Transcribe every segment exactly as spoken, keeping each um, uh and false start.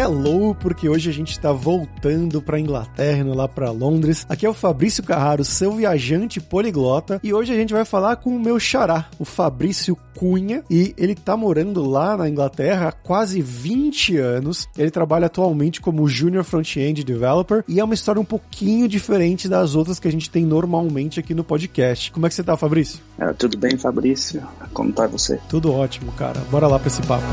hello, porque hoje a gente tá voltando pra Inglaterra, lá pra Londres. Aqui é o Fabrício Carraro, seu viajante poliglota, e hoje a gente vai falar com o meu xará, o Fabrício Cunha, e ele tá morando lá na Inglaterra há quase vinte anos. Ele trabalha atualmente como Junior Front-End Developer, e é uma história um pouquinho diferente das outras que a gente tem normalmente aqui no podcast. Como é que você tá, Fabrício? É, tudo bem, Fabrício? Como tá você? Tudo ótimo, cara. Bora lá pra esse papo.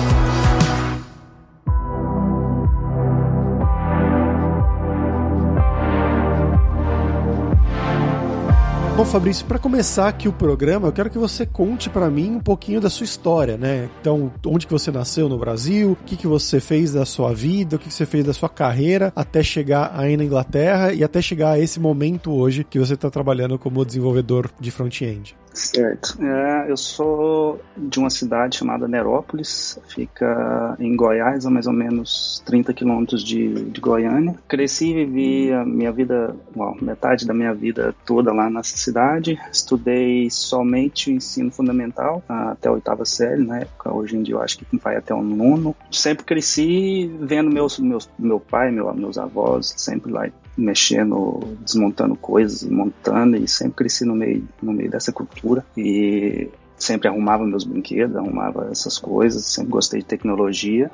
Bom, Fabrício, para começar aqui o programa, eu quero que você conte para mim um pouquinho da sua história, né? Então, onde que você nasceu no Brasil, o que que você fez da sua vida, o que que você fez da sua carreira até chegar aí na Inglaterra e até chegar a esse momento hoje que você está trabalhando como desenvolvedor de front-end. Certo. É, eu sou de uma cidade chamada Nerópolis, fica em Goiás, a mais ou menos trinta quilômetros de, de Goiânia. Cresci e vivi a minha vida, bom, metade da minha vida toda lá nessa cidade. Estudei somente o ensino fundamental, até a oitava série, na época. Hoje em dia eu acho que vai até o nono. Sempre cresci vendo meus, meus, meu pai, meu, meus avós, sempre lá mexendo, desmontando coisas, montando, e sempre cresci no meio, no meio dessa cultura e sempre arrumava meus brinquedos, arrumava essas coisas, sempre gostei de tecnologia.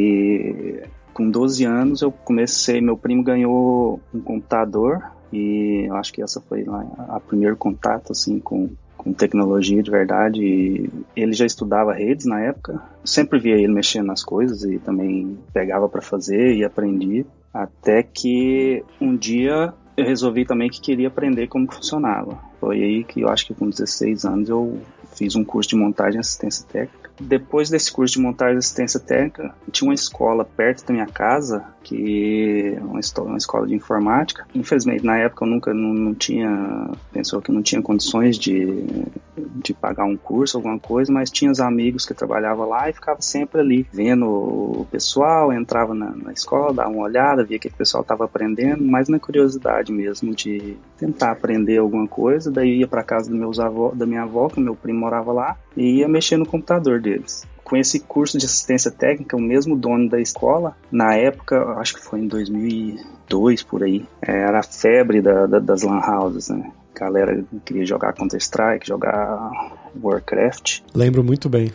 E com doze anos eu comecei, meu primo ganhou um computador e eu acho que essa foi a, a primeiro contato assim com com tecnologia de verdade. E ele já estudava redes na época, eu sempre via ele mexendo nas coisas e também pegava para fazer e aprendia. Até que um dia eu resolvi também que queria aprender como funcionava. Foi aí que eu acho que com dezesseis anos eu fiz um curso de montagem e assistência técnica. Depois desse curso de montagem e assistência técnica, tinha uma escola perto da minha casa, que uma, uma escola de informática. Infelizmente, na época eu nunca não, não tinha, pensou que não tinha condições de, de pagar um curso, alguma coisa, mas tinha os amigos que trabalhavam lá e ficava sempre ali, vendo o pessoal, entrava na, na escola, dava uma olhada, via o que o pessoal estava aprendendo, mas na curiosidade mesmo de tentar aprender alguma coisa. Daí ia para casa dos meus avó, da minha avó, que meu primo morava lá, e ia mexer no computador deles. Com esse curso de assistência técnica, o mesmo dono da escola, na época, acho que foi em dois mil e dois, por aí, era a febre da, da, das lan houses, né? A galera queria jogar Counter-Strike, jogar Warcraft. Lembro muito bem.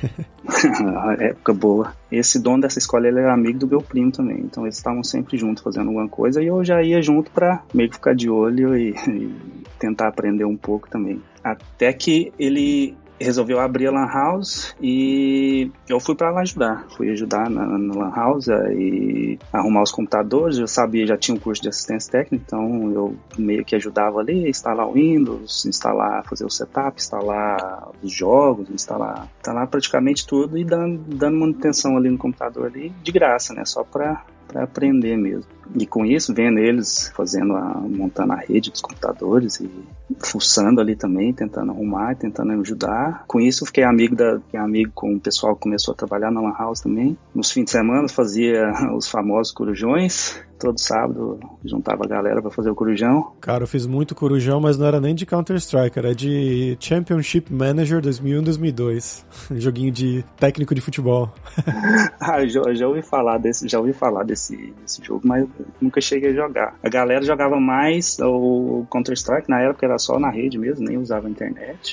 Época boa. Esse dono dessa escola, ele era amigo do meu primo também, então eles estavam sempre juntos fazendo alguma coisa, e eu já ia junto pra meio que ficar de olho e, e tentar aprender um pouco também. Até que ele resolveu abrir a lan house e eu fui para lá ajudar. Fui ajudar na, na lan house e arrumar os computadores. Eu sabia, já tinha um curso de assistência técnica, então eu meio que ajudava ali a instalar o Windows, instalar, fazer o setup, instalar os jogos, instalar, instalar praticamente tudo e dando, dando manutenção ali no computador ali de graça, né? Só para para aprender mesmo. E com isso, vendo eles fazendo a, montando a rede dos computadores e fuçando ali também, tentando arrumar, tentando ajudar. Com isso, eu fiquei amigo, da, fiquei amigo com o pessoal que começou a trabalhar na lan house também. Nos fins de semana, fazia os famosos corujões. Todo sábado, juntava a galera pra fazer o corujão. Cara, eu fiz muito corujão, mas não era nem de Counter-Strike, era de Championship Manager dois mil e um, dois mil e dois. Um joguinho de técnico de futebol. Ah, eu já, já ouvi falar desse, já ouvi falar desse, desse jogo, mas eu nunca cheguei a jogar. A galera jogava mais o Counter-Strike, na época era só na rede mesmo, nem usava a internet.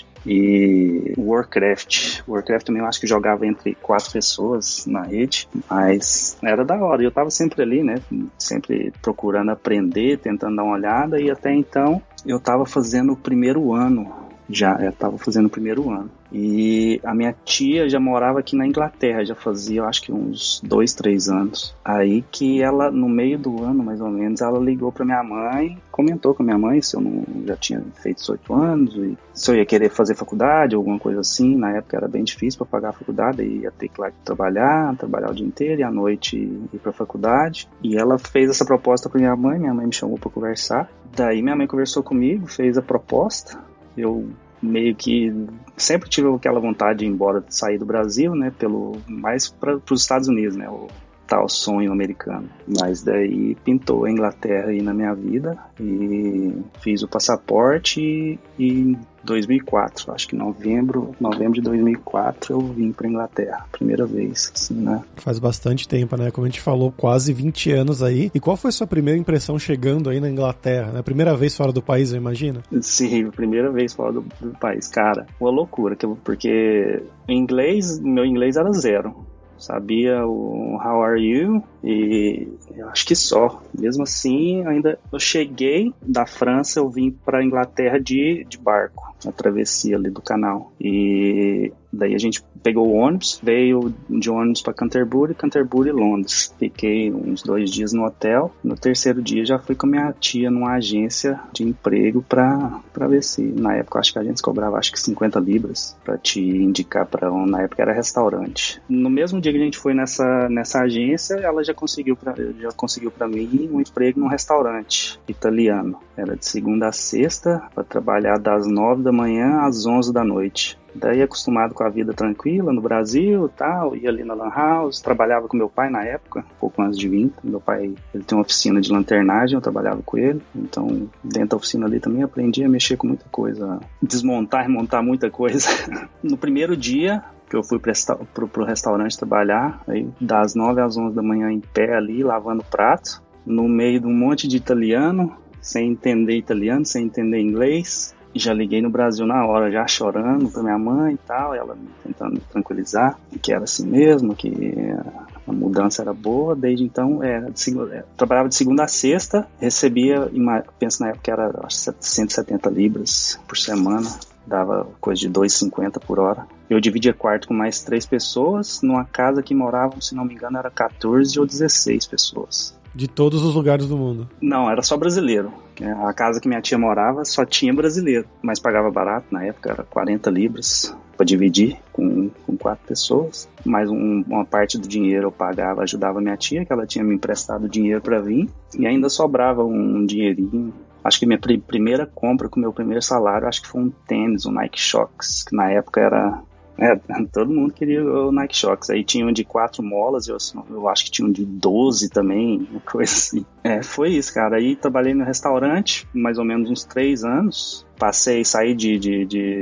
E Warcraft. Warcraft também eu acho que jogava entre quatro pessoas na rede, mas era da hora. Eu tava sempre ali, né? Sempre procurando aprender, tentando dar uma olhada, e até então eu tava fazendo o primeiro ano. Já, eu tava fazendo o primeiro ano. E a minha tia já morava aqui na Inglaterra, já fazia, eu acho que uns dois, três anos. Aí que ela, no meio do ano, mais ou menos, ela ligou pra minha mãe, comentou com a minha mãe se eu não já tinha feito dezoito anos, e se eu ia querer fazer faculdade, alguma coisa assim. Na época era bem difícil para pagar a faculdade, aí ia ter que ir lá trabalhar, trabalhar o dia inteiro e à noite ir pra faculdade. E ela fez essa proposta pra minha mãe, minha mãe me chamou pra conversar. Daí minha mãe conversou comigo, fez a proposta. Eu meio que sempre tive aquela vontade de ir embora, sair do Brasil, né, pelo, mais para os Estados Unidos, né, o, tal sonho americano. Mas daí pintou a Inglaterra aí na minha vida e fiz o passaporte e, e em dois mil e quatro, acho que novembro, novembro de dois mil e quatro eu vim pra Inglaterra, primeira vez, assim, né? Faz bastante tempo, né? Como a gente falou, quase vinte anos aí. E qual foi a sua primeira impressão chegando aí na Inglaterra, né? Primeira vez fora do país, eu imagino? Sim, primeira vez fora do, do país. Cara, uma loucura, porque em inglês, meu inglês era zero. Sabia o how are you e eu acho que só. Mesmo assim, ainda eu cheguei da França, eu vim para Inglaterra de, de barco, a travessia ali do canal. E daí a gente pegou o ônibus, veio de ônibus para Canterbury, Canterbury, Londres. Fiquei uns dois dias no hotel. No terceiro dia já fui com minha tia numa agência de emprego para para ver se, na época acho que a gente cobrava acho que cinquenta libras para te indicar para um, na época era restaurante. No mesmo dia que a gente foi nessa nessa agência, ela já conseguiu para já conseguiu para mim um emprego num restaurante italiano. Era de segunda a sexta, para trabalhar das nove da manhã às onze da noite. Daí acostumado com a vida tranquila no Brasil, tal, ia ali na Lan House, trabalhava com meu pai na época, um pouco antes de vir. Meu pai, ele tem uma oficina de lanternagem, eu trabalhava com ele, então dentro da oficina ali também aprendi a mexer com muita coisa, desmontar e montar muita coisa. No primeiro dia que eu fui pro, pro restaurante trabalhar, aí das nove às onze da manhã em pé ali, lavando prato, no meio de um monte de italiano, sem entender italiano, sem entender inglês. Já liguei no Brasil na hora, já chorando pra minha mãe e tal, ela tentando me tranquilizar, que era assim mesmo, que a mudança era boa. Desde então, é, de segunda, é, trabalhava de segunda a sexta, recebia, penso na época era acho, cento e setenta libras por semana, dava coisa de dois e cinquenta por hora. Eu dividia quarto com mais três pessoas, numa casa que moravam, se não me engano, era quatorze ou dezesseis pessoas. De todos os lugares do mundo? Não, era só brasileiro. A casa que minha tia morava só tinha brasileiro, mas pagava barato, na época era quarenta libras para dividir com, com quatro pessoas. Mais um, uma parte do dinheiro eu pagava, ajudava minha tia, que ela tinha me emprestado dinheiro para vir, e ainda sobrava um dinheirinho. Acho que minha pr- primeira compra com meu primeiro salário, acho que foi um tênis, um Nike Shox, que na época era... É, todo mundo queria o Nike Shox. Aí tinha um de quatro molas, eu, eu acho que tinha um de doze também, uma coisa assim. É, foi isso, cara. Aí trabalhei no restaurante, mais ou menos uns três anos. Passei, saí de, de,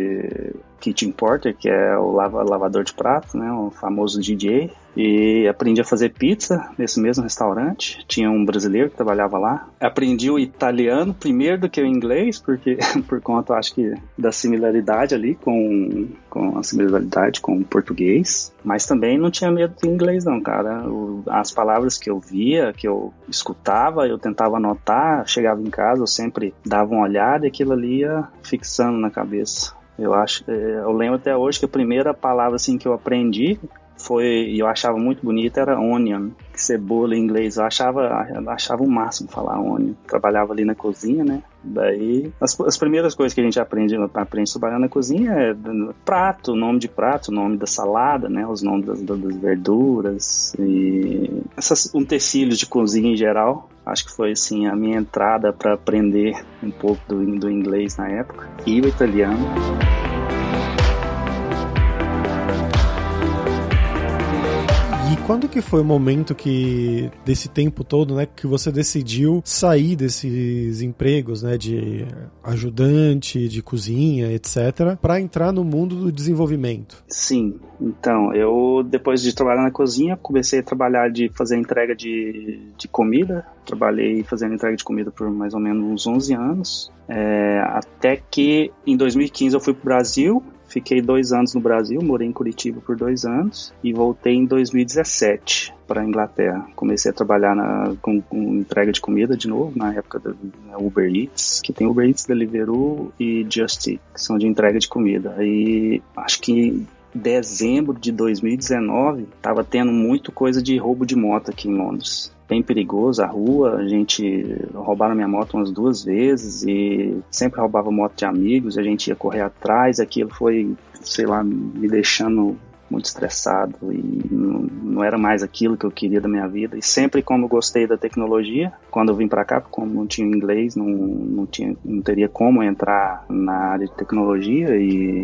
de kitchen porter, que é o lava, lavador de prato, né, o famoso D J. E aprendi a fazer pizza nesse mesmo restaurante. Tinha um brasileiro que trabalhava lá. Aprendi o italiano primeiro do que o inglês, porque por conta, acho que, da similaridade ali com, com a similaridade com o português. Mas também não tinha medo do inglês não, cara. O, as palavras que eu via, que eu escutava, eu tentava anotar. Chegava em casa, eu sempre dava uma olhada e aquilo ali ia fixando na cabeça. Eu acho, eu lembro até hoje que a primeira palavra assim que eu aprendi foi, e eu achava muito bonita, era onion, cebola em inglês. Eu achava, eu achava o máximo falar onion. Trabalhava ali na cozinha, né? Daí, as, as primeiras coisas que a gente aprende, aprende trabalhando na cozinha é prato, o nome de prato, o nome da salada, né? Os nomes das, das verduras e esses utensílios de cozinha em geral. Acho que foi, assim, a minha entrada para aprender um pouco do, do inglês na época. E o italiano. E quando que foi o momento que, desse tempo todo, né, que você decidiu sair desses empregos, né, de ajudante, de cozinha, etcétera, para entrar no mundo do desenvolvimento? Sim, então, eu depois de trabalhar na cozinha, comecei a trabalhar de fazer entrega de, de comida. Trabalhei fazendo entrega de comida por mais ou menos uns onze anos, é, até que em dois mil e quinze eu fui pro Brasil. Fiquei dois anos no Brasil, morei em Curitiba por dois anos e voltei em dois mil e dezessete para a Inglaterra. Comecei a trabalhar na, com, com entrega de comida de novo, na época do Uber Eats, que tem Uber Eats, Deliveroo e Just Eat, que são de entrega de comida. Aí acho que em dezembro de dois mil e dezenove estava tendo muito coisa de roubo de moto aqui em Londres. Bem perigoso a rua, a gente roubaram minha moto umas duas vezes e sempre roubava moto de amigos, a gente ia correr atrás, aquilo foi, sei lá, me deixando muito estressado e não, não era mais aquilo que eu queria da minha vida. E sempre como eu gostei da tecnologia, quando eu vim pra cá, como não tinha inglês, não, não, tinha, não teria como entrar na área de tecnologia e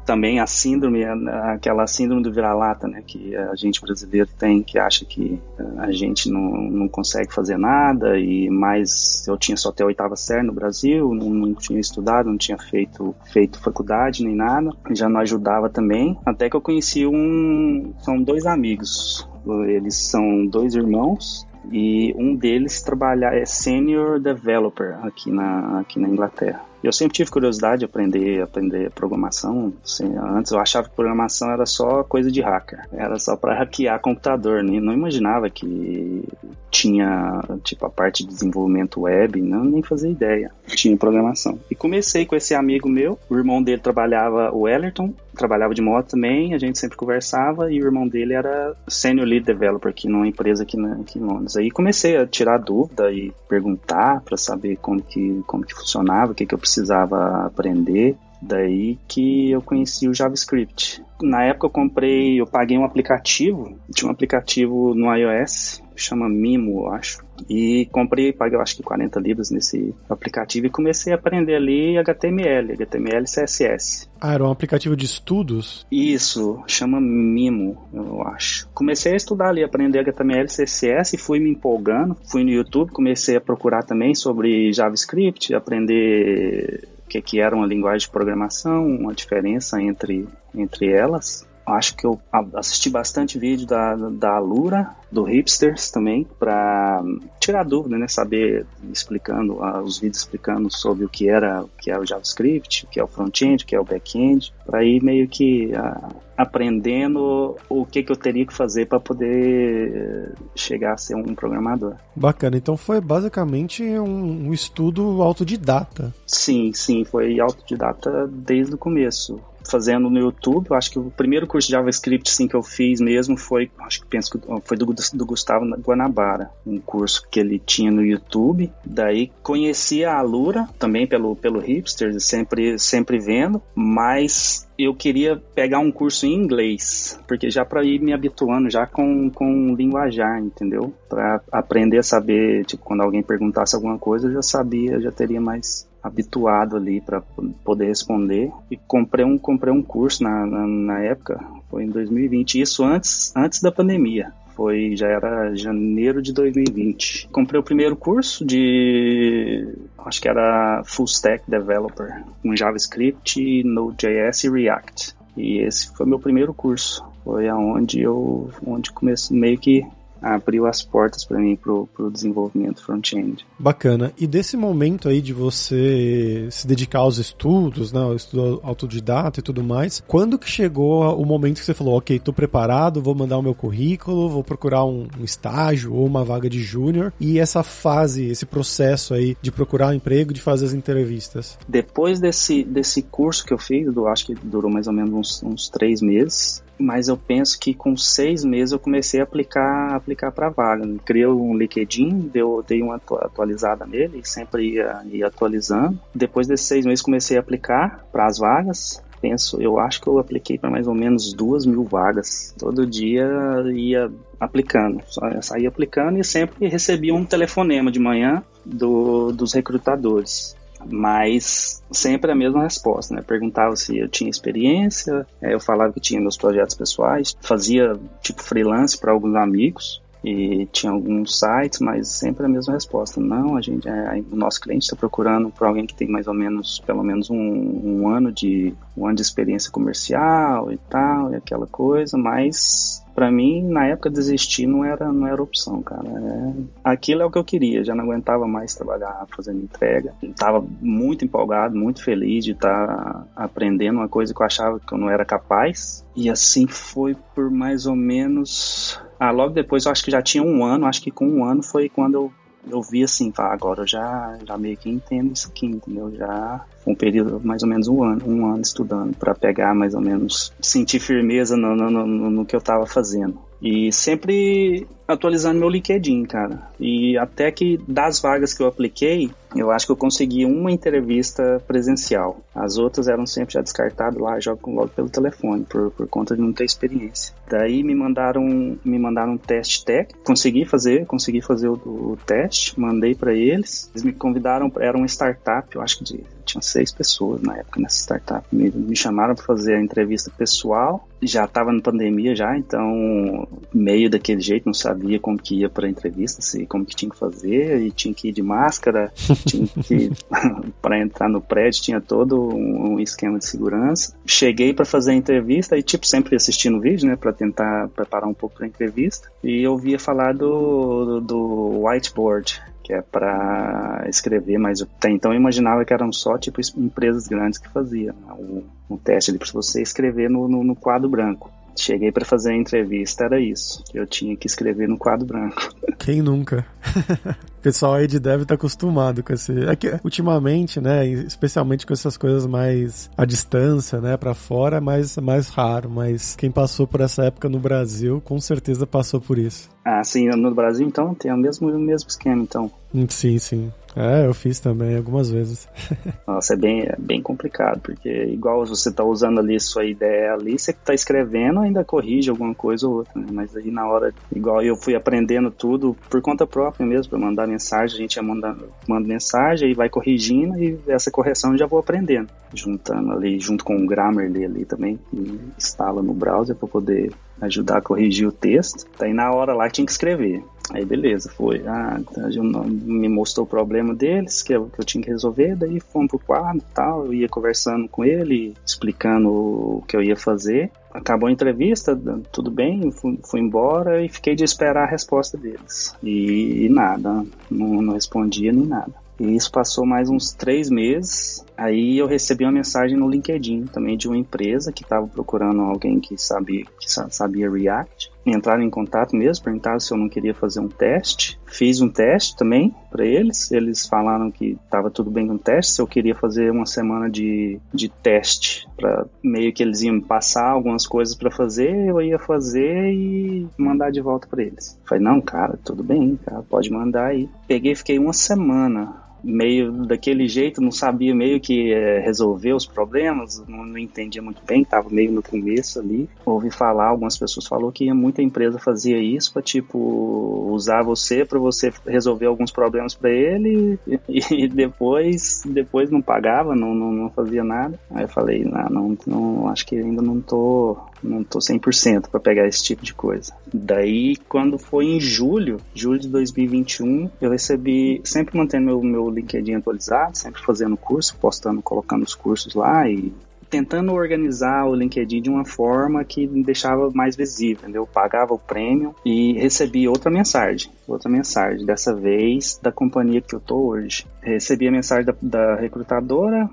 também a síndrome, aquela síndrome do vira-lata, né, que a gente brasileiro tem, que acha que a gente não, não consegue fazer nada, e mais eu tinha só até a oitava série no Brasil, não, não tinha estudado, não tinha feito, feito faculdade nem nada, já não ajudava também, até que eu conheci um, são dois amigos, eles são dois irmãos, e um deles trabalha, é Senior Developer aqui na, aqui na Inglaterra. Eu sempre tive curiosidade de aprender, aprender programação. Assim, antes eu achava que programação era só coisa de hacker. Era só para hackear computador. Né? Não imaginava que tinha tipo a parte de desenvolvimento web. Não, nem fazia ideia. Tinha programação. E comecei com esse amigo meu. O irmão dele trabalhava, o Ellerton, trabalhava de moto também. A gente sempre conversava. E o irmão dele era Senior Lead Developer aqui numa empresa aqui, na, aqui em Londres. Aí comecei a tirar dúvida e perguntar para saber como que, como que funcionava, o que, que eu precisava aprender. Daí que eu conheci o JavaScript. Na época eu comprei, eu paguei um aplicativo, tinha um aplicativo no iOS, chama Mimo, eu acho. E comprei, paguei eu acho que quarenta libras nesse aplicativo e comecei a aprender ali H T M L, H T M L e C S S. Ah, era um aplicativo de estudos? Isso, chama Mimo, eu acho. Comecei a estudar ali, aprender H T M L e C S S e fui me empolgando. Fui no YouTube, comecei a procurar também sobre JavaScript, aprender o que, que era uma linguagem de programação, a diferença entre, entre elas. Acho que eu assisti bastante vídeo da, da Alura, do Hipsters também, para tirar dúvida, né? Saber, explicando, uh, os vídeos explicando sobre o que era o que é o JavaScript, o que é o front-end, o que é o back-end, para ir meio que uh, aprendendo o que, que eu teria que fazer para poder chegar a ser um programador. Bacana, então foi basicamente um, um estudo autodidata. Sim, sim, foi autodidata desde o começo. Fazendo no YouTube, eu acho que o primeiro curso de JavaScript sim, que eu fiz mesmo foi, acho que penso que foi do, do Gustavo Guanabara, um curso que ele tinha no YouTube. Daí conheci a Alura também pelo, pelo Hipsters, sempre, sempre vendo, mas eu queria pegar um curso em inglês, porque já para ir me habituando já com, com linguajar, entendeu? Para aprender a saber, tipo, quando alguém perguntasse alguma coisa, eu já sabia, já teria mais habituado ali para poder responder. E comprei um, comprei um curso na, na, na época, foi em dois mil e vinte, isso antes, antes da pandemia. Foi, já era janeiro de dois mil e vinte. Comprei o primeiro curso de, acho que era Full Stack Developer, com JavaScript, Node.js e React. E esse foi meu primeiro curso. Foi aonde eu, onde comecei meio que abriu as portas para mim pro, pro desenvolvimento front-end. Bacana. E desse momento aí de você se dedicar aos estudos, né, ao estudo autodidata e tudo mais, quando que chegou o momento que você falou, ok, tô preparado, vou mandar o meu currículo, vou procurar um, um estágio ou uma vaga de júnior, e essa fase, esse processo aí de procurar um emprego, de fazer as entrevistas? Depois desse, desse curso que eu fiz, eu acho que durou mais ou menos uns, uns três meses, mas eu penso que com seis meses eu comecei a aplicar, aplicar para vaga. Criei um LinkedIn, deu, dei uma atualizada nele, sempre ia, ia atualizando. Depois desses seis meses comecei a aplicar para as vagas. Penso, eu acho que eu apliquei para mais ou menos duas mil vagas. Todo dia ia aplicando, saía aplicando e sempre recebia um telefonema de manhã do, dos recrutadores. Mas sempre a mesma resposta, né? Perguntava se eu tinha experiência, eu falava que tinha meus projetos pessoais, fazia tipo freelance para alguns amigos e tinha alguns sites, mas sempre a mesma resposta. Não, a gente, é, o nosso cliente está procurando por alguém que tem mais ou menos, pelo menos um, um ano de um ano de experiência comercial e tal, e aquela coisa, mas pra mim, na época, desistir não era, não era opção, cara. É, aquilo é o que eu queria, já não aguentava mais trabalhar fazendo entrega. Estava muito empolgado, muito feliz de estar aprendendo uma coisa que eu achava que eu não era capaz. E assim foi por mais ou menos... Ah, logo depois, eu acho que já tinha um ano, acho que com um ano foi quando eu eu vi assim, ah, agora eu já, já meio que entendo isso aqui, entendeu? Já um período, mais ou menos um ano, um ano estudando para pegar mais ou menos, sentir firmeza no, no, no, no que eu estava fazendo. E sempre atualizando meu LinkedIn, cara. E até que das vagas que eu apliquei, eu acho que eu consegui uma entrevista presencial. As outras eram sempre já descartadas lá, já logo pelo telefone, por, por conta de não ter experiência. Daí me mandaram, me mandaram um teste técnico. Consegui fazer, consegui fazer o, o teste, mandei para eles. Eles me convidaram, era uma startup, eu acho que de, tinha seis pessoas na época nessa startup. Me, me chamaram para fazer a entrevista pessoal. Já estava na pandemia já, então meio daquele jeito, não sabia como que ia para a entrevista, se, como que tinha que fazer, e tinha que ir de máscara, tinha que para entrar no prédio, tinha todo um, um esquema de segurança. Cheguei para fazer a entrevista e tipo sempre assistindo o vídeo, né, para tentar preparar um pouco para a entrevista, e eu ouvia falar do, do, do whiteboard, que é para escrever, mas até então eu imaginava que eram só tipo empresas grandes que faziam, né? um, um teste ali para você escrever no, no, no quadro branco. Cheguei para fazer a entrevista, era isso, eu tinha que escrever no quadro branco. Quem nunca? O pessoal aí de dev tá acostumado com esse... É que, ultimamente, né, especialmente com essas coisas mais à distância, né, pra fora, é mais, mais raro, mas quem passou por essa época no Brasil, com certeza passou por isso. Ah, sim, no Brasil, então, tem o mesmo, o mesmo esquema, então. Sim, sim. É, eu fiz também algumas vezes. Nossa, é bem, é bem complicado, porque igual você tá usando ali sua ideia ali, você tá escrevendo, ainda corrige alguma coisa ou outra, né? Mas aí na hora, igual eu fui aprendendo tudo por conta própria mesmo, pra mandar mensagem, a gente ia mandando, manda mensagem e vai corrigindo, e essa correção eu já vou aprendendo, juntando ali, junto com o Grammarly ali também, que instala no browser pra poder ajudar a corrigir o texto. Daí na hora lá tinha que escrever. Aí beleza, foi. Ah, me mostrou o problema deles, que eu, que eu tinha que resolver, daí fomos pro quadro e tal, eu ia conversando com ele, explicando o que eu ia fazer. Acabou a entrevista, tudo bem, fui, fui embora e fiquei de esperar a resposta deles. E, e nada, não, não respondia nem nada. E isso passou mais uns três meses. Aí eu recebi uma mensagem no LinkedIn também de uma empresa que estava procurando alguém que sabia, que sabia React. Entraram em contato mesmo, perguntaram se eu não queria fazer um teste. Fiz um teste também para eles. Eles falaram que estava tudo bem com o teste. Se eu queria fazer uma semana de, de teste, para meio que eles iam me passar algumas coisas para fazer, eu ia fazer e mandar de volta para eles. Falei, não, cara, tudo bem, cara, pode mandar aí. Peguei e fiquei uma semana meio daquele jeito, não sabia meio que é, resolver os problemas, não, não entendia muito bem, estava meio no começo ali. Ouvi falar, algumas pessoas falaram que muita empresa fazia isso para tipo usar você para você resolver alguns problemas para ele e, e depois depois não pagava, não, não, não fazia nada. Aí eu falei, não, não, não acho que ainda não tô não tô cem por cento para pegar esse tipo de coisa. Daí, quando foi em julho, julho de dois mil e vinte e um, eu recebi, sempre mantendo meu, meu LinkedIn atualizado, sempre fazendo curso, postando, colocando os cursos lá e tentando organizar o LinkedIn de uma forma que me deixava mais visível, entendeu? Eu pagava o prêmio e recebi outra mensagem, outra mensagem, dessa vez da companhia que eu tô hoje. Recebi a mensagem da, da recrutadora,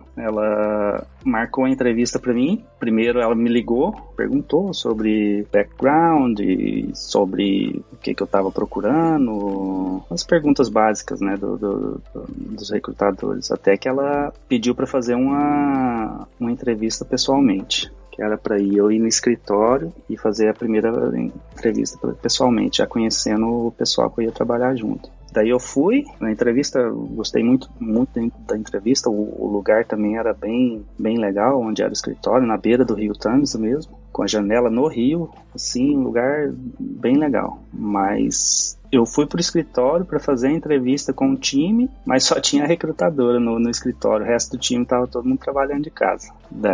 ela marcou a entrevista para mim. Primeiro ela me ligou, perguntou sobre background, e sobre o que, que eu estava procurando, as perguntas básicas, né, do, do, do, dos recrutadores, até que ela pediu para fazer uma, uma entrevista pessoalmente, que era para ir eu ir no escritório e fazer a primeira entrevista pessoalmente, já conhecendo o pessoal que eu ia trabalhar junto. Daí eu fui na entrevista, gostei muito, muito da entrevista, o, o lugar também era bem, bem legal, onde era o escritório, na beira do Rio Tâmisa mesmo, com a janela no rio, assim, um lugar bem legal. Mas eu fui pro escritório para fazer a entrevista com o time, mas só tinha a recrutadora no, no escritório, o resto do time tava todo mundo trabalhando de casa.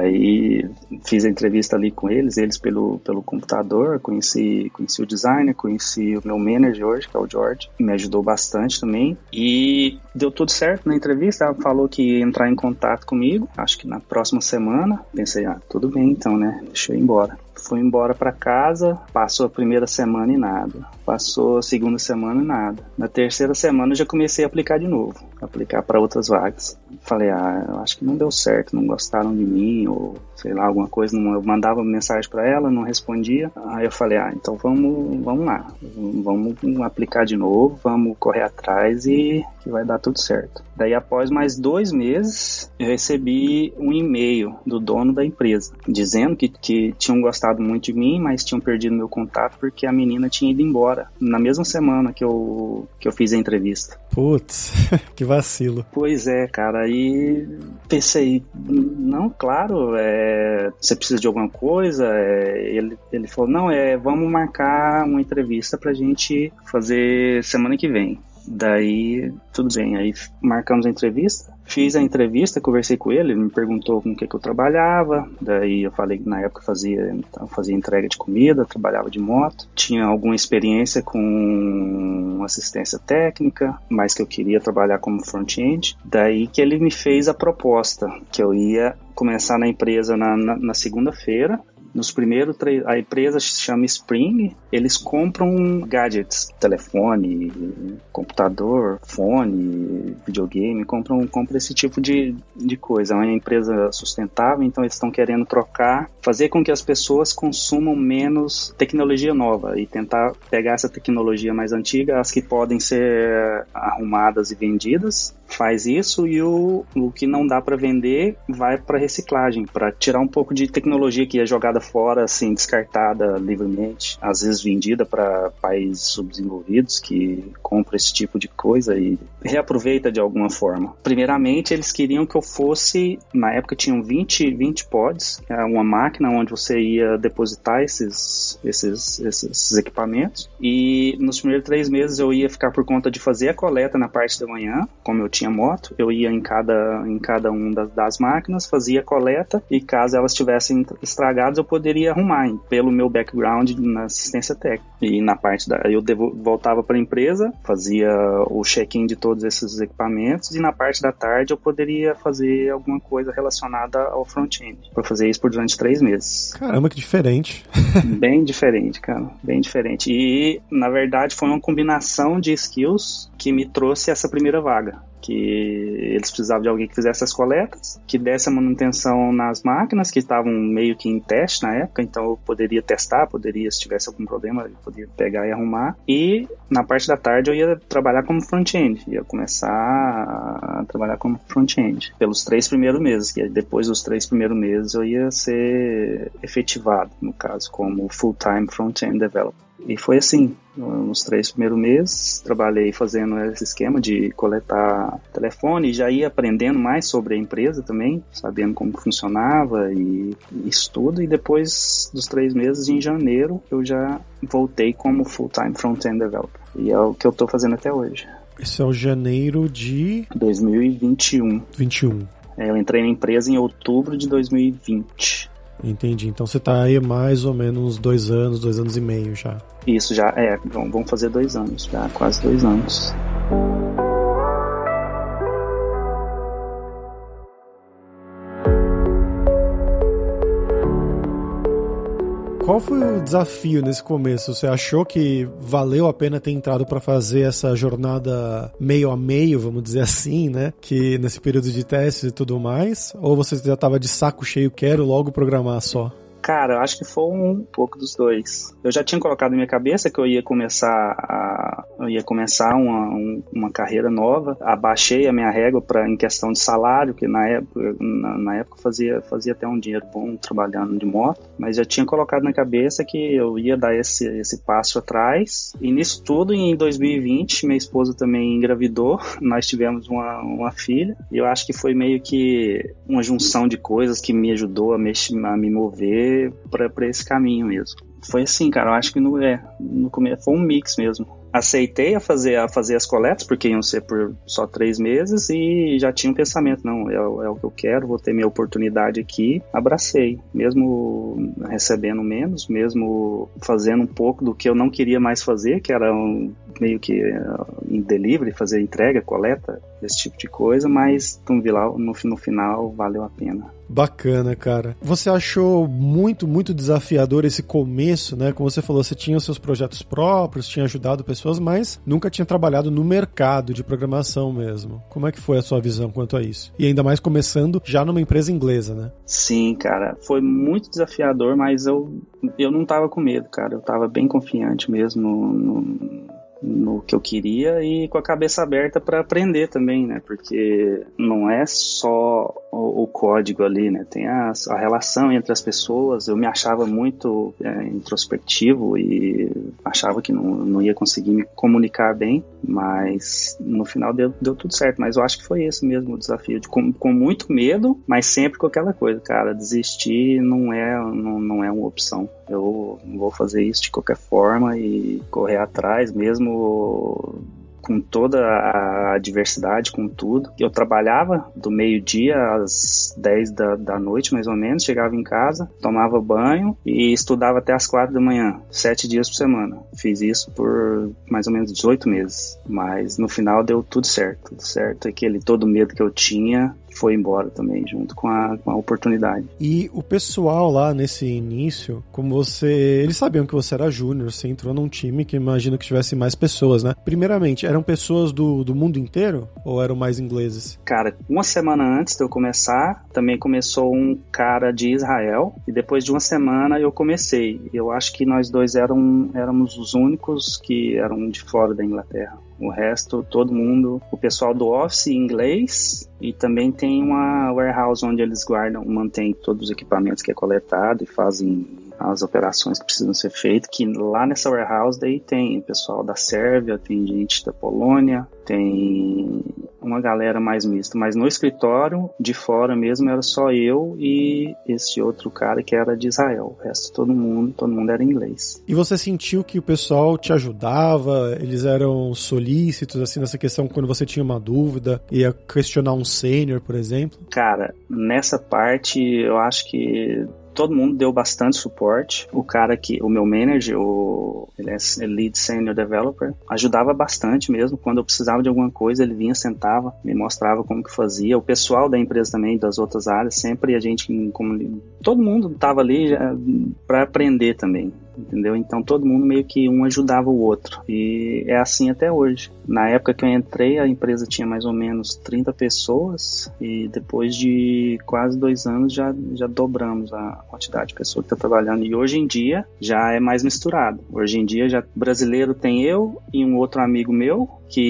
Daí fiz a entrevista ali com eles, eles pelo, pelo computador, conheci, conheci o designer, conheci o meu manager hoje, que é o George, me ajudou bastante também, e deu tudo certo na entrevista. Ela falou que ia entrar em contato comigo, acho que na próxima semana. Pensei, ah, tudo bem então, né, deixa eu ir embora. Fui embora pra casa, passou a primeira semana e nada. Passou a segunda semana e nada. Na terceira semana eu já comecei a aplicar de novo. aplicar para outras vagas. Falei, ah, eu acho que não deu certo, não gostaram de mim, ou sei lá, alguma coisa. Não, eu mandava mensagem para ela, não respondia. Aí eu falei, ah, então vamos, vamos lá, vamos aplicar de novo, vamos correr atrás e que vai dar tudo certo. Daí, após mais dois meses, eu recebi um e-mail do dono da empresa, dizendo que, que tinham gostado muito de mim, mas tinham perdido meu contato porque a menina tinha ido embora na mesma semana que eu, que eu fiz a entrevista. Putz, que vacilo. Pois é, cara, aí pensei, não, claro, é, você precisa de alguma coisa? É, ele, ele falou, não, é, vamos marcar uma entrevista pra gente fazer semana que vem. Daí, tudo bem, aí marcamos a entrevista, fiz a entrevista, conversei com ele, ele me perguntou com o que, que eu trabalhava, daí eu falei que na época fazia, então, fazia entrega de comida, trabalhava de moto, tinha alguma experiência com assistência técnica, mas que eu queria trabalhar como front-end, daí que ele me fez a proposta, que eu ia começar na empresa na, na, na segunda-feira. Nos primeiros, a empresa se chama Spring, eles compram gadgets, telefone, computador, fone, videogame, compram, compram esse tipo de, de coisa. É uma empresa sustentável, então eles estão querendo trocar, fazer com que as pessoas consumam menos tecnologia nova e tentar pegar essa tecnologia mais antiga, as que podem ser arrumadas e vendidas, faz isso, e o, o que não dá para vender vai para reciclagem, para tirar um pouco de tecnologia que é jogada fora, assim, descartada livremente, às vezes vendida para países subdesenvolvidos que compram esse tipo de coisa e reaproveita de alguma forma. Primeiramente, eles queriam que eu fosse, na época tinham vinte, vinte pods, que era uma máquina onde você ia depositar esses, esses, esses equipamentos, e nos primeiros três meses eu ia ficar por conta de fazer a coleta na parte da manhã, como eu tinha moto, eu ia em cada, em cada uma das, das máquinas, fazia a coleta, e caso elas estivessem estragadas, eu poderia arrumar, pelo meu background na assistência técnica. E na parte da... eu devo, voltava para a empresa, fazia o check-in de todos esses equipamentos, e na parte da tarde eu poderia fazer alguma coisa relacionada ao front-end. Para fazer isso por durante três meses. Caramba, que diferente. Bem diferente, cara. Bem diferente. E, na verdade, foi uma combinação de skills que me trouxe essa primeira vaga. Que eles precisavam de alguém que fizesse as coletas, que desse a manutenção nas máquinas, que estavam meio que em teste na época, então eu poderia testar, poderia, se tivesse algum problema, eu poderia pegar e arrumar. E na parte da tarde eu ia trabalhar como front-end, ia começar a trabalhar como front-end, pelos três primeiros meses, que depois dos três primeiros meses eu ia ser efetivado, no caso, como full-time front-end developer. E foi assim, nos três primeiros meses, trabalhei fazendo esse esquema de coletar telefone, já ia aprendendo mais sobre a empresa também, sabendo como funcionava e isso tudo, e depois dos três meses, em janeiro, eu já voltei como full-time front-end developer, e é o que eu estou fazendo até hoje. Esse é o janeiro de... dois mil e vinte e um. vinte e um. É, eu entrei na empresa em outubro de dois mil e vinte. Entendi. Então você tá aí mais ou menos dois anos, dois anos e meio já. Isso, já é. Vamos fazer dois anos, já quase dois anos. Qual foi o desafio nesse começo? Você achou que valeu a pena ter entrado para fazer essa jornada meio a meio, vamos dizer assim, né? Que nesse período de testes e tudo mais? Ou você já estava de saco cheio, quero logo programar só? Cara, eu acho que foi um pouco dos dois. Eu já tinha colocado na minha cabeça que eu ia começar a, eu ia começar uma, um, uma carreira nova. Abaixei a minha régua pra, em questão de salário, que na época, na, na época fazia, fazia até um dinheiro bom trabalhando de moto, mas já tinha colocado na cabeça que eu ia dar esse, esse passo atrás. E nisso tudo, em dois mil e vinte, minha esposa também engravidou, nós tivemos uma, uma filha, e eu acho que foi meio que uma junção de coisas que me ajudou a, mexer, a me mover para esse caminho mesmo. Foi assim, cara, eu acho que no, é, no começo foi um mix mesmo. Aceitei a fazer, a fazer as coletas, porque iam ser por só três meses, e já tinha um pensamento, não, é, é o que eu quero, vou ter minha oportunidade aqui. Abracei, mesmo recebendo menos, mesmo fazendo um pouco do que eu não queria mais fazer, que era um, meio que uh, em delivery, fazer entrega, coleta, esse tipo de coisa, mas no, no, no final valeu a pena. Bacana, cara. Você achou muito, muito desafiador esse começo, né? Como você falou, você tinha os seus projetos próprios, tinha ajudado pessoas, mas nunca tinha trabalhado no mercado de programação mesmo. Como é que foi a sua visão quanto a isso? E ainda mais começando já numa empresa inglesa, né? Sim, cara. Foi muito desafiador, mas eu, eu não tava com medo, cara. Eu tava bem confiante mesmo no... no... no que eu queria e com a cabeça aberta para aprender também, né? Porque não é só o, o código ali, né? Tem a, a relação entre as pessoas. Eu me achava muito é, introspectivo e achava que não, não ia conseguir me comunicar bem, mas no final deu, deu tudo certo. Mas eu acho que foi esse mesmo o desafio, de, com, com muito medo, mas sempre com aquela coisa, cara, desistir não é, não, não é uma opção. Eu vou fazer isso de qualquer forma e correr atrás mesmo com toda a diversidade, com tudo. Eu trabalhava do meio-dia às dez da, da noite, mais ou menos, chegava em casa, tomava banho e estudava até às quatro da manhã, sete dias por semana. Fiz isso por mais ou menos dezoito meses, mas no final deu tudo certo, tudo certo. Aquele todo medo que eu tinha foi embora também, junto com a, com a oportunidade. E o pessoal lá nesse início, como você... Eles sabiam que você era júnior, você entrou num time que imagino que tivesse mais pessoas, né? Primeiramente, eram pessoas do, do mundo inteiro ou eram mais ingleses? Cara, uma semana antes de eu começar, também começou um cara de Israel, e depois de uma semana eu comecei. Eu acho que nós dois eram, éramos os únicos que eram de fora da Inglaterra. O resto, todo mundo, o pessoal do office em inglês, e também tem uma warehouse onde eles guardam, mantêm todos os equipamentos que é coletado e fazem as operações que precisam ser feitas, que lá nessa warehouse daí tem pessoal da Sérvia, tem gente da Polônia, tem uma galera mais mista, mas no escritório de fora mesmo era só eu e esse outro cara que era de Israel. O resto todo mundo, todo mundo era inglês. E você sentiu que o pessoal te ajudava? Eles eram solícitos assim nessa questão quando você tinha uma dúvida, ia questionar um sênior, por exemplo? Cara, nessa parte eu acho que todo mundo deu bastante suporte. O cara que, o meu manager, o, ele é Lead Senior Developer, ajudava bastante mesmo. Quando eu precisava de alguma coisa, ele vinha, sentava, me mostrava como que fazia. O pessoal da empresa também, das outras áreas, sempre a gente, como, todo mundo estava ali para aprender também, entendeu? Então todo mundo meio que um ajudava o outro. E é assim até hoje. Na época que eu entrei, a empresa tinha mais ou menos trinta pessoas e depois de quase dois anos já, já dobramos a quantidade de pessoas que está trabalhando. E hoje em dia já é mais misturado. Hoje em dia já brasileiro tem eu e um outro amigo meu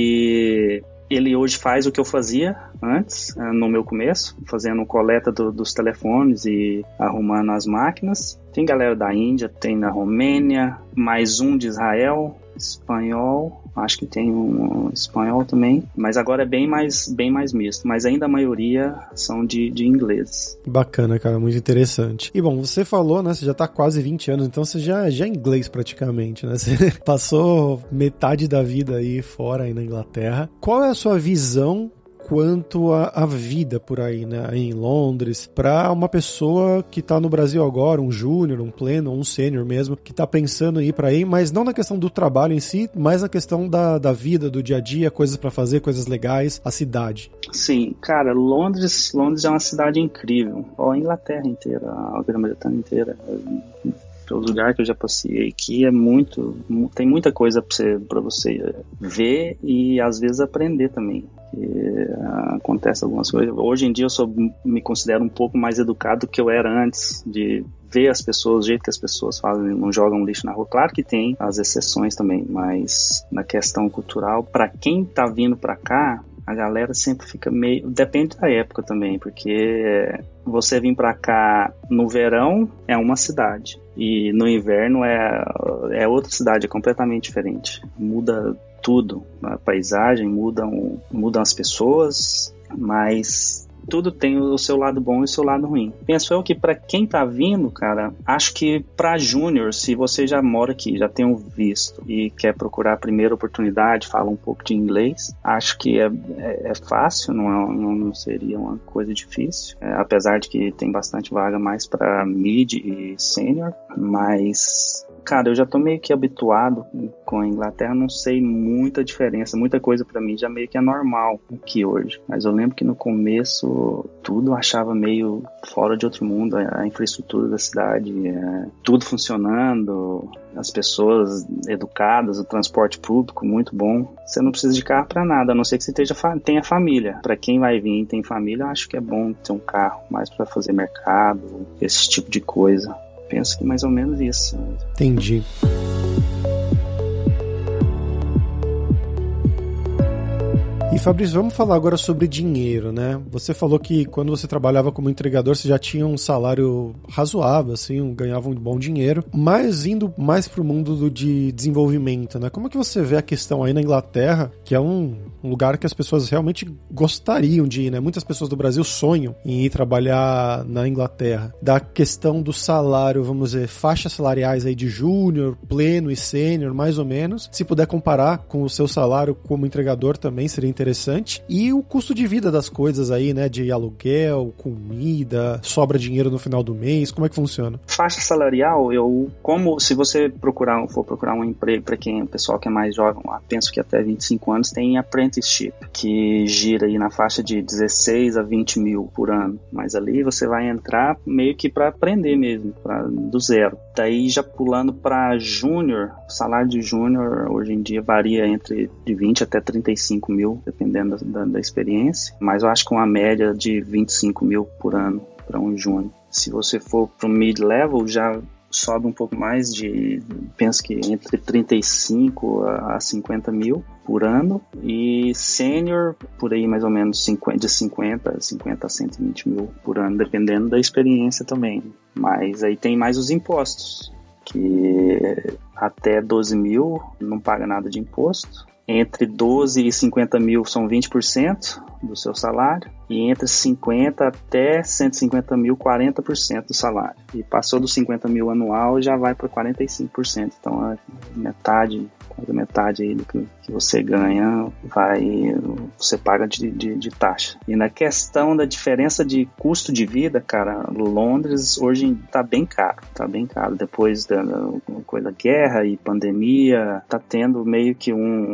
que ele hoje faz o que eu fazia antes, no meu começo, fazendo coleta do, dos telefones e arrumando as máquinas. Tem galera da Índia, tem da Romênia, mais um de Israel, espanhol, acho que tem um espanhol também, mas agora é bem mais, bem mais misto, mas ainda a maioria são de, de ingleses. Bacana, cara, muito interessante. E bom, você falou, né, você já tá há quase vinte anos, então você já, já é inglês praticamente, né, você passou metade da vida aí fora, aí na Inglaterra. Qual é a sua visão quanto à vida por aí, né, aí em Londres, para uma pessoa que tá no Brasil agora, um júnior, um pleno, um sênior mesmo, que tá pensando em ir para aí, mas não na questão do trabalho em si, mas na questão da, da vida, do dia a dia, coisas para fazer, coisas legais, a cidade. Sim, cara, Londres, Londres é uma cidade incrível, ó, a Inglaterra inteira, a Grã-Bretanha inteira, o lugar que eu já passei aqui é muito, tem muita coisa para você, pra você ver e às vezes aprender também. E, uh, acontece algumas coisas. Hoje em dia eu sou, me considero um pouco mais educado do que eu era antes, de ver as pessoas, o jeito que as pessoas fazem, não jogam lixo na rua. Claro que tem as exceções também, mas na questão cultural, para quem tá vindo para cá, a galera sempre fica meio... Depende da época também, porque você vir pra cá no verão é uma cidade e no inverno é, é outra cidade, é completamente diferente. Muda tudo, a paisagem, mudam, mudam as pessoas, mas tudo tem o seu lado bom e o seu lado ruim. Penso eu que para quem tá vindo, cara, acho que para júnior, se você já mora aqui, já tem um visto e quer procurar a primeira oportunidade, fala um pouco de inglês, acho que é, é, é fácil, não, é, não, não seria uma coisa difícil, é, apesar de que tem bastante vaga mais para mid e sênior, mas... Cara, eu já tô meio que habituado com a Inglaterra, não sei muita diferença, muita coisa pra mim já meio que é normal aqui hoje. Mas eu lembro que no começo tudo eu achava meio fora de outro mundo, a infraestrutura da cidade, é, tudo funcionando, as pessoas educadas, o transporte público muito bom. Você não precisa de carro pra nada, a não ser que você esteja, tenha família. Pra quem vai vir e tem família, eu acho que é bom ter um carro mais pra fazer mercado, esse tipo de coisa. Penso que mais ou menos isso. Entendi. E Fabrício, vamos falar agora sobre dinheiro, né? Você falou que quando você trabalhava como entregador, você já tinha um salário razoável, assim, ganhava um bom dinheiro, mas indo mais pro mundo do, de desenvolvimento, né? Como é que você vê a questão aí na Inglaterra, que é um, um lugar que as pessoas realmente gostariam de ir, né? Muitas pessoas do Brasil sonham em ir trabalhar na Inglaterra. Da questão do salário, vamos dizer, faixas salariais aí de júnior, pleno e sênior, mais ou menos. Se puder comparar com o seu salário como entregador também, seria interessante. E o custo de vida das coisas aí, né? De aluguel, comida, sobra dinheiro no final do mês, como é que funciona? Faixa salarial, eu, como se você procurar, for procurar um emprego para quem, o pessoal que é mais jovem, lá, penso que até vinte e cinco anos, tem apprenticeship, que gira aí na faixa de dezesseis a vinte mil por ano. Mas ali você vai entrar meio que para aprender mesmo, pra, do zero. Daí já pulando para júnior, o salário de júnior hoje em dia varia entre de vinte até trinta e cinco mil, dependendo da, da, da experiência, mas eu acho que uma média de vinte e cinco mil por ano para um júnior. Se você for para o mid-level, já sobe um pouco mais de, penso que entre trinta e cinco a cinquenta mil por ano, e sênior por aí mais ou menos cinquenta, de cinquenta a cento e vinte mil por ano, dependendo da experiência também. Mas aí tem mais os impostos, que até doze mil não paga nada de imposto. Entre doze e cinquenta mil são vinte por cento do seu salário, e entre cinquenta até cento e cinquenta mil, quarenta por cento do salário. E passou dos cinquenta mil anual, já vai para quarenta e cinco por cento. Então, a metade, quase a metade aí do que, que você ganha, vai, você paga de, de, de taxa. E na questão da diferença de custo de vida, cara, Londres hoje está bem caro, tá bem caro. Depois da, da coisa da guerra e pandemia, tá tendo meio que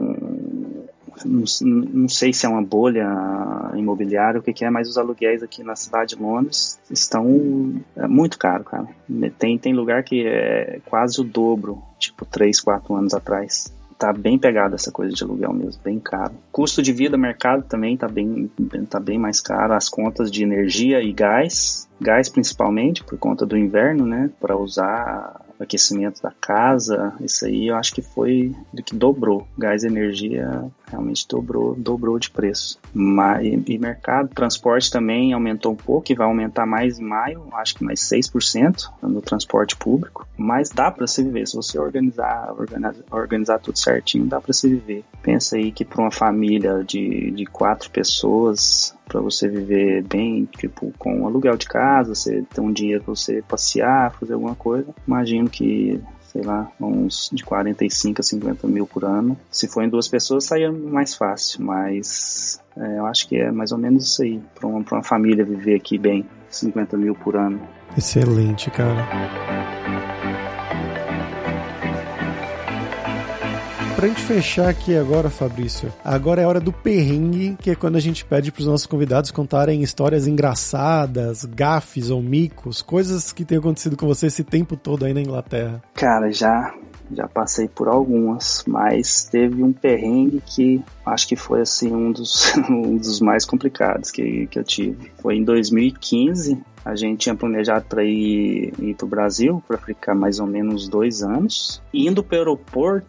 um... Não, não sei se é uma bolha imobiliária, o que, que é, mas os aluguéis aqui na cidade de Londres estão é, muito caros, cara. Tem, tem lugar que é quase o dobro, tipo três, quatro anos atrás. Tá bem pegado essa coisa de aluguel mesmo, bem caro. Custo de vida, mercado também tá bem, tá bem mais caro. As contas de energia e gás, gás principalmente por conta do inverno, né, para usar aquecimento da casa, isso aí eu acho que foi do que dobrou. Gás e energia realmente dobrou, dobrou de preço. Mas, e, e mercado, transporte também aumentou um pouco e vai aumentar mais em maio, acho que mais seis por cento no transporte público. Mas dá para se viver, se você organizar, organizar, organizar tudo certinho, dá para se viver. Pensa aí que para uma família de, de quatro pessoas, para você viver bem, tipo, com um aluguel de casa, você ter um dinheiro para você passear, fazer alguma coisa, imagino que, sei lá, uns de quarenta e cinco a cinquenta mil por ano. Se for em duas pessoas, saia mais fácil, mas é, eu acho que é mais ou menos isso aí, para uma, pra uma família viver aqui bem, cinquenta mil por ano. Excelente, cara. Pra gente fechar aqui agora, Fabrício, agora é a hora do perrengue, que é quando a gente pede pros nossos convidados contarem histórias engraçadas, gafes ou micos, coisas que tenham acontecido com você esse tempo todo aí na Inglaterra. Cara, já, já passei por algumas, mas teve um perrengue que acho que foi assim um dos, um dos mais complicados que, que eu tive. Foi em dois mil e quinze. A gente tinha planejado para ir, ir para o Brasil, para ficar mais ou menos dois anos. Indo para o aeroporto,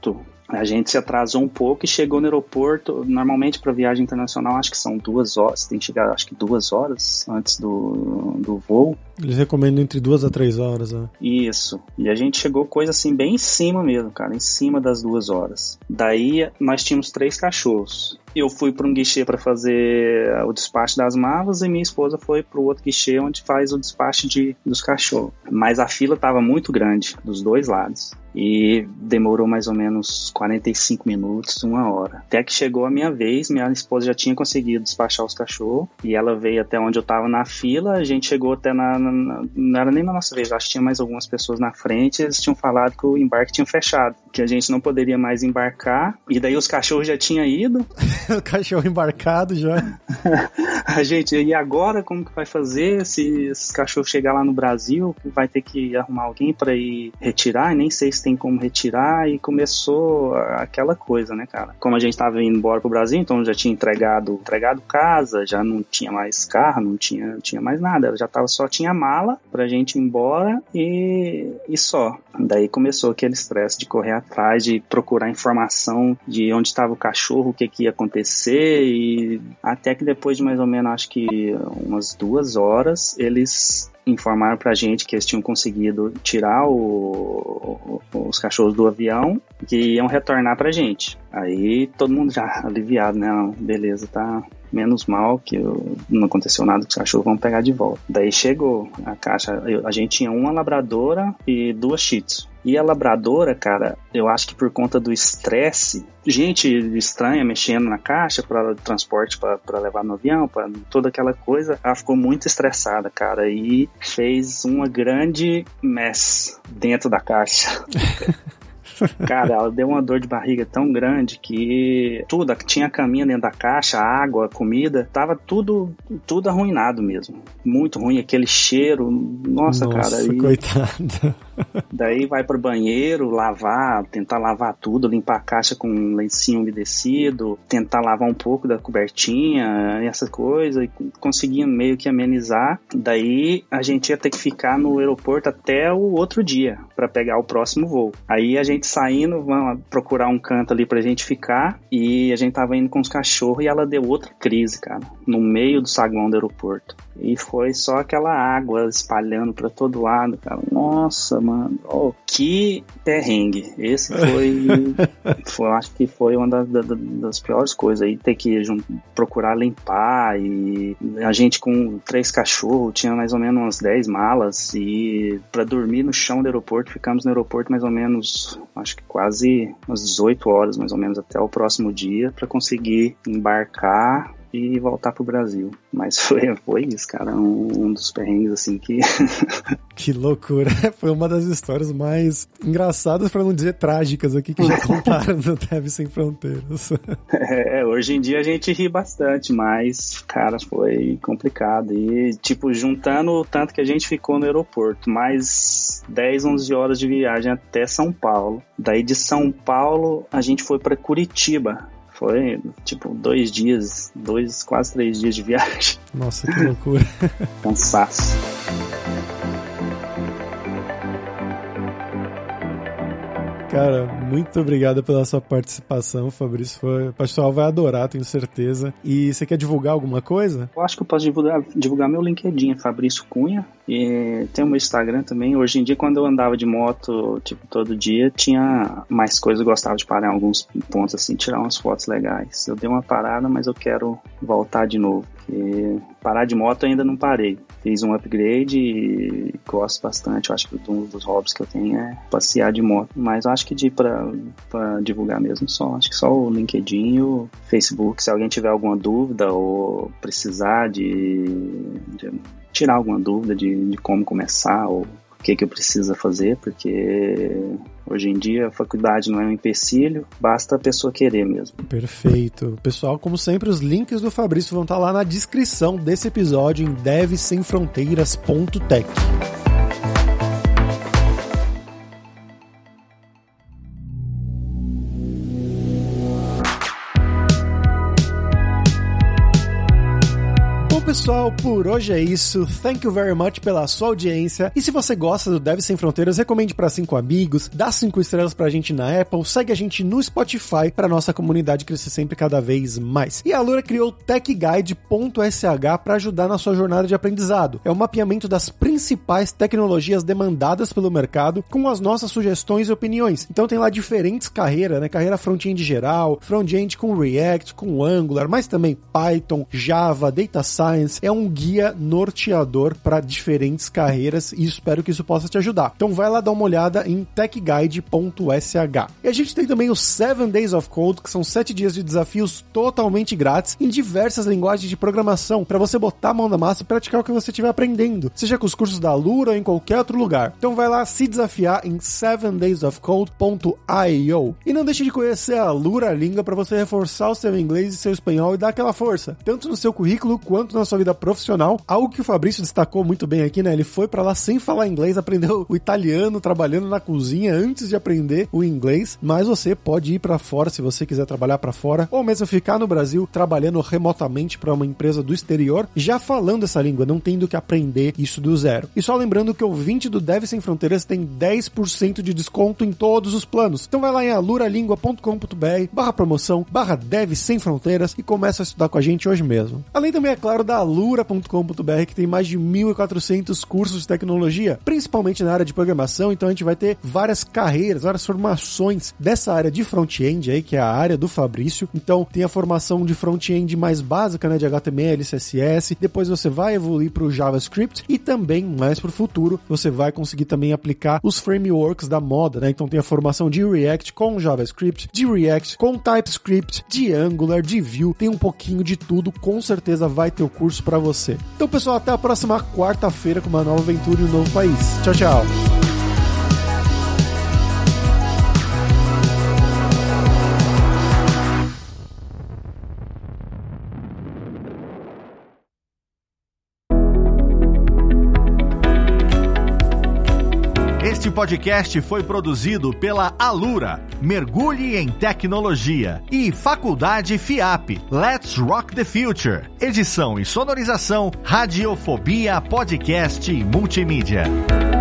A gente se atrasou um pouco e chegou no aeroporto. Normalmente para viagem internacional acho que são duas horas, tem que chegar acho que duas horas antes do, do voo. Eles recomendam entre duas a três horas, né? Isso. E a gente chegou coisa assim bem em cima mesmo, cara, em cima das duas horas. Daí nós tínhamos três cachorros. Eu fui para um guichê para fazer o despacho das malas e minha esposa foi para o outro guichê onde faz o despacho de, dos cachorros. Mas a fila estava muito grande dos dois lados. E demorou mais ou menos quarenta e cinco minutos, uma hora. Até que chegou a minha vez, minha esposa já tinha conseguido despachar os cachorros. E ela veio até onde eu tava na fila, a gente chegou até na... na, na não era nem na nossa vez, acho que tinha mais algumas pessoas na frente. Eles tinham falado que o embarque tinha fechado, que a gente não poderia mais embarcar. E daí os cachorros já tinham ido. O cachorro embarcado já. A gente, e agora como que vai fazer? Se esses cachorros chegar lá no Brasil, vai ter que arrumar alguém para ir retirar, e nem sei se tem como retirar, e começou aquela coisa, né, cara? Como a gente tava indo embora pro Brasil, então já tinha entregado, entregado casa, já não tinha mais carro, não tinha, não tinha mais nada, já tava, só tinha mala pra gente ir embora e, e só. Daí começou aquele estresse de correr atrás, de procurar informação de onde estava o cachorro, o que que ia acontecer, e até que depois de mais ou menos, acho que umas duas horas, eles informaram pra gente que eles tinham conseguido tirar o, o, os cachorros do avião, que iam retornar pra gente. Aí todo mundo já aliviado, né? Beleza, tá menos mal que eu, não aconteceu nada com os cachorros, vamos pegar de volta. Daí chegou a caixa, eu, a gente tinha uma labradora e duas shih tzu. E a labradora, cara, eu acho que por conta do estresse, gente estranha mexendo na caixa para transporte, para levar no avião, para toda aquela coisa, ela ficou muito estressada, cara, e fez uma grande mess dentro da caixa. Cara, ela deu uma dor de barriga tão grande que tudo, tinha caminho dentro da caixa, água, comida, tava tudo, tudo arruinado mesmo. Muito ruim, aquele cheiro, nossa, nossa cara. Nossa, coitada. Daí vai pro banheiro, lavar, tentar lavar tudo, limpar a caixa com um lencinho umedecido, tentar lavar um pouco da cobertinha, essa coisa, e conseguia meio que amenizar. Daí a gente ia ter que ficar no aeroporto até o outro dia, pra pegar o próximo voo. Aí a gente saindo, vamos procurar um canto ali pra gente ficar, e a gente tava indo com os cachorros e ela deu outra crise, cara, no meio do saguão do aeroporto. E foi só aquela água espalhando pra todo lado, cara. Nossa, mano, oh, que perrengue. Esse foi, foi acho que foi uma das, das, das piores coisas aí, ter que procurar limpar, e a gente com três cachorros, tinha mais ou menos umas dez malas, e pra dormir no chão do aeroporto, ficamos no aeroporto mais ou menos, acho que quase umas dezoito horas, mais ou menos, até o próximo dia, pra conseguir embarcar e voltar pro Brasil. Mas foi, foi isso, cara, um, um dos perrengues, assim, que... Que loucura. Foi uma das histórias mais engraçadas, pra não dizer trágicas aqui, que já contaram no Deve Sem Fronteiras. É, hoje em dia a gente ri bastante, mas, cara, foi complicado. E, tipo, juntando o tanto que a gente ficou no aeroporto, mais dez, onze horas de viagem até São Paulo. Daí de São Paulo a gente foi pra Curitiba. Foi, tipo, dois dias, dois, quase três dias de viagem. Nossa, que loucura. Cansaço. Cara, muito obrigado pela sua participação, Fabrício. Foi... O pessoal vai adorar, tenho certeza. E você quer divulgar alguma coisa? Eu acho que eu posso divulgar, divulgar meu LinkedIn, Fabrício Cunha. E tem o meu Instagram também. Hoje em dia, quando eu andava de moto, tipo, todo dia, tinha mais coisas. Eu gostava de parar em alguns pontos, assim, tirar umas fotos legais. Eu dei uma parada, mas eu quero voltar de novo. Porque parar de moto eu ainda não parei. Fiz um upgrade e gosto bastante. Eu acho que um dos hobbies que eu tenho é passear de moto. Mas eu acho que de pra, pra divulgar mesmo só. Acho que só o LinkedIn e o Facebook. Se alguém tiver alguma dúvida ou precisar de, de tirar alguma dúvida de, de como começar ou o que, que eu preciso fazer, porque hoje em dia a faculdade não é um empecilho, basta a pessoa querer mesmo. Perfeito. Pessoal, como sempre, os links do Fabrício vão estar lá na descrição desse episódio em deve sem fronteiras ponto tech. pessoal, por hoje é isso. Thank you very much pela sua audiência. E se você gosta do Devs Sem Fronteiras, recomende para cinco amigos, dá cinco estrelas pra gente na Apple, segue a gente no Spotify pra nossa comunidade crescer sempre cada vez mais. E a Alura criou o tech guide ponto s h para ajudar na sua jornada de aprendizado. É um mapeamento das principais tecnologias demandadas pelo mercado com as nossas sugestões e opiniões. Então tem lá diferentes carreiras, né? Carreira front-end geral, front-end com React, com Angular, mas também Python, Java, Data Science. É um guia norteador para diferentes carreiras e espero que isso possa te ajudar. Então vai lá dar uma olhada em tech guide ponto s h. E a gente tem também os seven days of code, que são sete dias de desafios totalmente grátis em diversas linguagens de programação para você botar a mão na massa e praticar o que você estiver aprendendo, seja com os cursos da Alura ou em qualquer outro lugar. Então vai lá se desafiar em seven days of code ponto i o. E não deixe de conhecer a Alura Língua para você reforçar o seu inglês e seu espanhol e dar aquela força, tanto no seu currículo quanto na sua vida profissional. Algo que o Fabrício destacou muito bem aqui, né? Ele foi para lá sem falar inglês, aprendeu o italiano trabalhando na cozinha antes de aprender o inglês, mas você pode ir para fora se você quiser trabalhar para fora, ou mesmo ficar no Brasil trabalhando remotamente para uma empresa do exterior, já falando essa língua, não tendo que aprender isso do zero. E só lembrando que o ouvinte do Devs Sem Fronteiras tem dez por cento de desconto em todos os planos. Então vai lá em aluralingua ponto com ponto b r barra promoção, barra Devs Sem Fronteiras e começa a estudar com a gente hoje mesmo. Além também, é claro, da alura ponto com ponto b r, que tem mais de mil e quatrocentos cursos de tecnologia, principalmente na área de programação. Então a gente vai ter várias carreiras, várias formações dessa área de front-end aí, que é a área do Fabrício. Então tem a formação de front-end mais básica, né, de H T M L, C S S, depois você vai evoluir para o JavaScript e também, mais para o futuro, você vai conseguir também aplicar os frameworks da moda, né? Então tem a formação de React com JavaScript, de React com TypeScript, de Angular, de Vue, tem um pouquinho de tudo, com certeza vai ter o curso para você. Então pessoal, até a próxima quarta-feira com uma nova aventura em um novo país. Tchau, tchau! Este podcast foi produzido pela Alura, Mergulhe em Tecnologia, e Faculdade FIAP, Let's Rock the Future. Edição e sonorização, Radiofobia Podcast e Multimídia.